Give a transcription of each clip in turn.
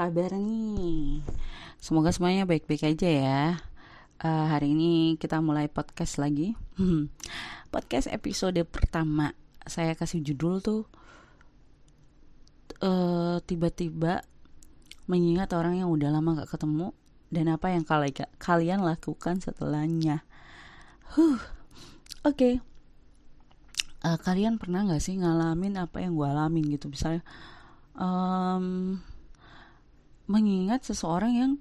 kabar nih? Semoga semuanya baik-baik aja ya. Hari ini kita mulai podcast lagi. Podcast episode pertama. Saya kasih judul tuh tiba-tiba mengingat orang yang udah lama gak ketemu dan apa yang kalian lakukan setelahnya. Oke. Kalian pernah gak sih ngalamin apa yang gue alamin gitu? Misalnya mengingat seseorang yang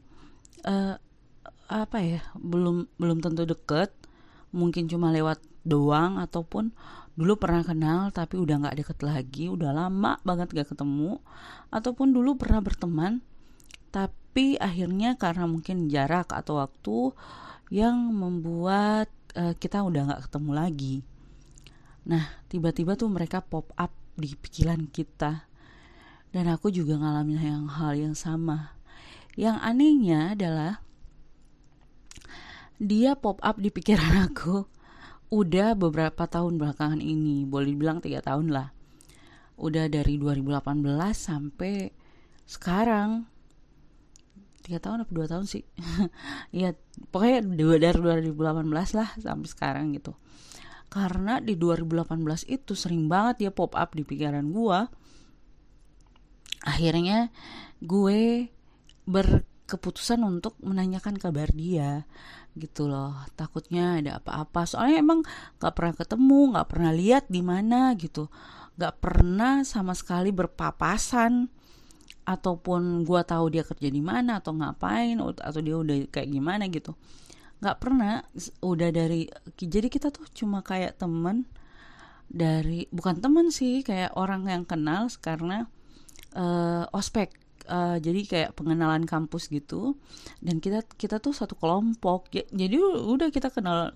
belum tentu deket, mungkin cuma lewat doang, ataupun dulu pernah kenal tapi udah nggak deket lagi, udah lama banget gak ketemu, ataupun dulu pernah berteman tapi akhirnya karena mungkin jarak atau waktu yang membuat kita udah nggak ketemu lagi. Nah, tiba-tiba tuh mereka pop up di pikiran kita. Dan aku juga ngalamin hal yang sama. Yang anehnya adalah dia pop up di pikiran aku udah beberapa tahun belakangan ini. Boleh dibilang 3 tahun lah. Udah dari 2018 sampai sekarang. 3 tahun apa 2 tahun sih? Ya, pokoknya dari 2018 lah sampai sekarang gitu. Karena di 2018 itu sering banget dia pop up di pikiran gue. Akhirnya gue berkeputusan untuk menanyakan kabar dia gitu loh. Takutnya ada apa-apa. Soalnya emang gak pernah ketemu, gak pernah lihat di mana gitu. Gak pernah sama sekali berpapasan. Ataupun gue tahu dia kerja di mana atau ngapain, atau dia udah kayak gimana gitu. Gak pernah. Jadi kita tuh cuma kayak temen bukan temen sih, kayak orang yang kenal karena ospek. Jadi kayak pengenalan kampus gitu, dan kita tuh satu kelompok. Jadi udah kita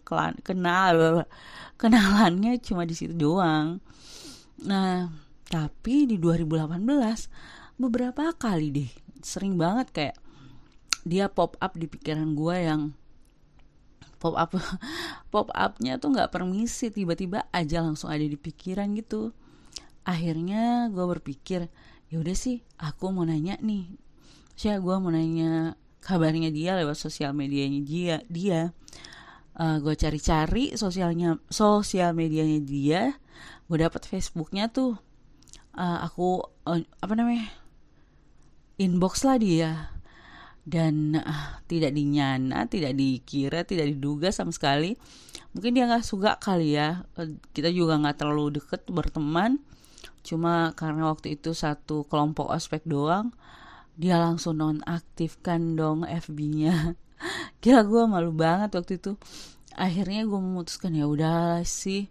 kenalannya cuma di situ doang. Nah, tapi di 2018 beberapa kali deh, sering banget kayak dia pop up di pikiran gue, yang pop upnya tuh nggak permisi, tiba-tiba aja langsung ada di pikiran gitu. Akhirnya gue berpikir, ya udah sih, aku mau nanya nih. Gue mau nanya kabarnya dia lewat sosial medianya dia. Gue cari-cari sosial medianya dia. Gue dapet Facebooknya tuh. Aku inbox lah dia. Dan tidak dinyana, tidak dikira, tidak diduga sama sekali. Mungkin dia gak suka kali ya. Kita juga gak terlalu deket berteman. Cuma karena waktu itu satu kelompok ospek doang, dia langsung nonaktifkan dong FB-nya. Gila, gue malu banget waktu itu. Akhirnya gue memutuskan, ya udah sih,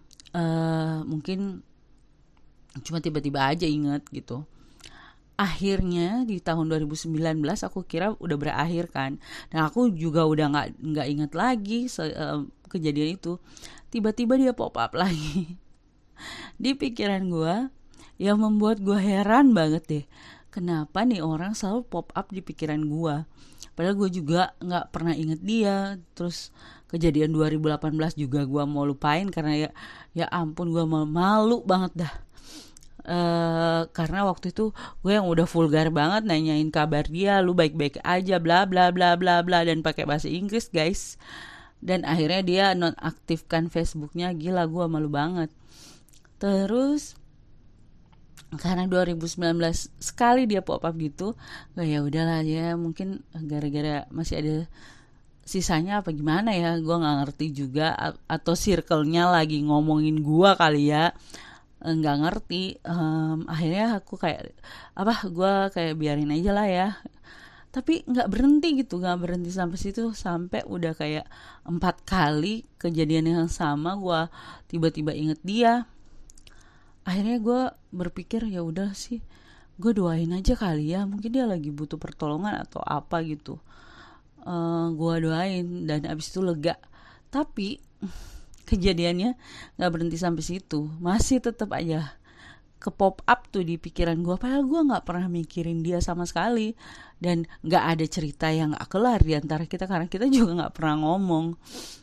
mungkin cuma tiba-tiba aja inget gitu. Akhirnya di tahun 2019 aku kira udah berakhir kan, dan aku juga udah nggak inget lagi kejadian itu. Tiba-tiba dia pop up lagi di pikiran gue, yang membuat gue heran banget deh. Kenapa nih orang selalu pop up di pikiran gue? Padahal gue juga nggak pernah inget dia. Terus kejadian 2018 juga gue mau lupain karena ya ampun, gue malu banget dah. Karena waktu itu gue yang udah vulgar banget nanyain kabar dia, lu baik-baik aja, bla bla bla bla bla, dan pakai bahasa Inggris guys. Dan akhirnya dia nonaktifkan Facebooknya. Gila, gue malu banget. Terus karena 2019 sekali dia pop up gitu, ya udahlah ya, mungkin gara-gara masih ada sisanya apa gimana ya, gue nggak ngerti juga, atau circle-nya lagi ngomongin gue kali ya, nggak ngerti. Akhirnya aku gue kayak biarin aja lah ya. Tapi nggak berhenti sampai situ, sampai udah kayak 4 kali kejadian yang sama gue tiba-tiba inget dia. Akhirnya gue berpikir, ya udah sih, gue doain aja kali ya, mungkin dia lagi butuh pertolongan atau apa gitu. Gue doain dan abis itu lega. Tapi kejadiannya nggak berhenti sampai situ, masih tetap aja ke pop up tuh di pikiran gue. Padahal gue nggak pernah mikirin dia sama sekali, dan nggak ada cerita yang nggak kelar di antara kita karena kita juga nggak pernah ngomong.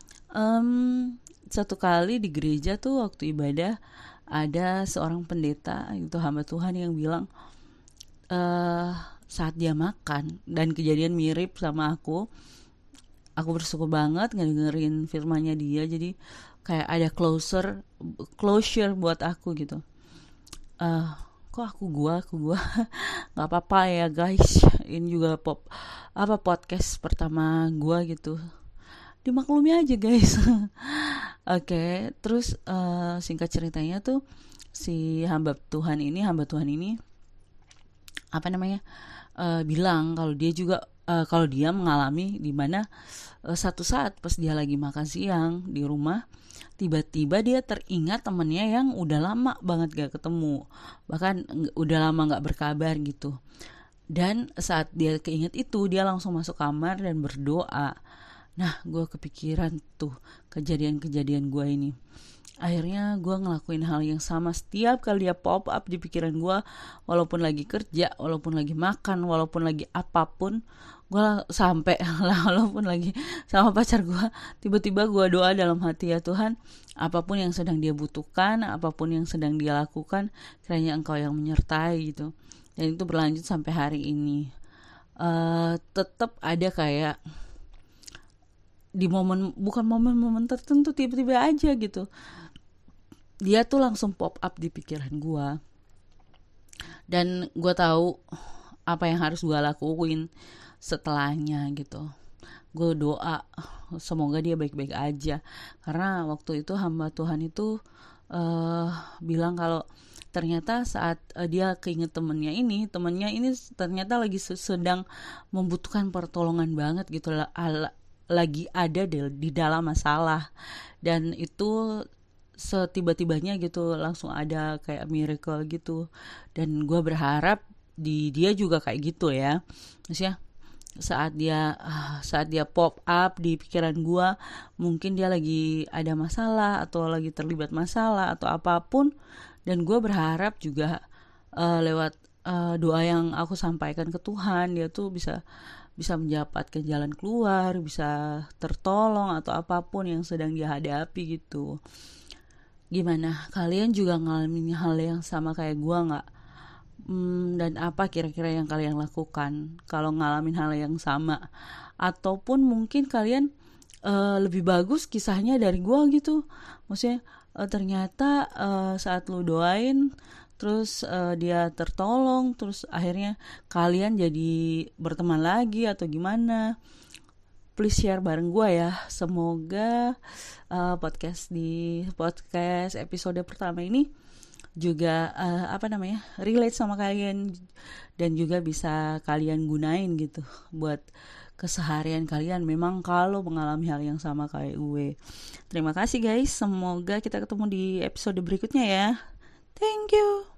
Satu kali di gereja tuh waktu ibadah, ada seorang pendeta itu, hamba Tuhan, yang bilang saat dia makan, dan kejadian mirip sama aku bersyukur banget ngedengerin firmannya dia, jadi kayak ada closure buat aku gitu. Kok aku gua nggak apa-apa ya guys, ini juga podcast pertama gua gitu, dimaklumi aja guys. Oke, terus singkat ceritanya tuh si hamba Tuhan ini apa namanya, bilang kalau dia juga kalau dia mengalami di mana satu saat pas dia lagi makan siang di rumah, tiba-tiba dia teringat temennya yang udah lama banget gak ketemu, bahkan udah lama gak berkabar gitu. Dan saat dia keinget itu, dia langsung masuk kamar dan berdoa. Nah, gue kepikiran tuh kejadian-kejadian gue ini. Akhirnya gue ngelakuin hal yang sama setiap kali dia pop up di pikiran gue, walaupun lagi kerja, walaupun lagi makan, walaupun lagi apapun. Gue sampai lah, walaupun lagi sama pacar gue, tiba-tiba gue doa dalam hati, ya Tuhan, apapun yang sedang dia butuhkan, apapun yang sedang dia lakukan, kiranya Engkau yang menyertai gitu. Dan itu berlanjut sampai hari ini. Tetap ada kayak di bukan momen-momen tertentu, tiba-tiba aja gitu dia tuh langsung pop up di pikiran gue, dan gue tahu apa yang harus gue lakuin setelahnya gitu. Gue doa semoga dia baik-baik aja, karena waktu itu hamba Tuhan itu bilang kalau ternyata saat dia keinget temennya ini ternyata lagi sedang membutuhkan pertolongan banget gitu, lagi ada di dalam masalah, dan itu setiba-tibanya gitu langsung ada kayak miracle gitu. Dan gue berharap di dia juga kayak gitu ya, maksudnya saat dia pop up di pikiran gue, mungkin dia lagi ada masalah atau lagi terlibat masalah atau apapun, dan gue berharap juga lewat doa yang aku sampaikan ke Tuhan, dia tuh bisa mendapatkan jalan keluar, bisa tertolong atau apapun yang sedang dia hadapi gitu. Gimana, kalian juga ngalamin hal yang sama kayak gue gak? Dan apa kira-kira yang kalian lakukan kalau ngalamin hal yang sama? Ataupun mungkin kalian lebih bagus kisahnya dari gue gitu, maksudnya ternyata saat lu doain terus dia tertolong, terus akhirnya kalian jadi berteman lagi atau gimana. Please share bareng gue ya. Semoga podcast episode pertama ini juga relate sama kalian, dan juga bisa kalian gunain gitu buat keseharian kalian memang kalau mengalami hal yang sama kayak gue. Terima kasih guys, semoga kita ketemu di episode berikutnya ya. Thank you.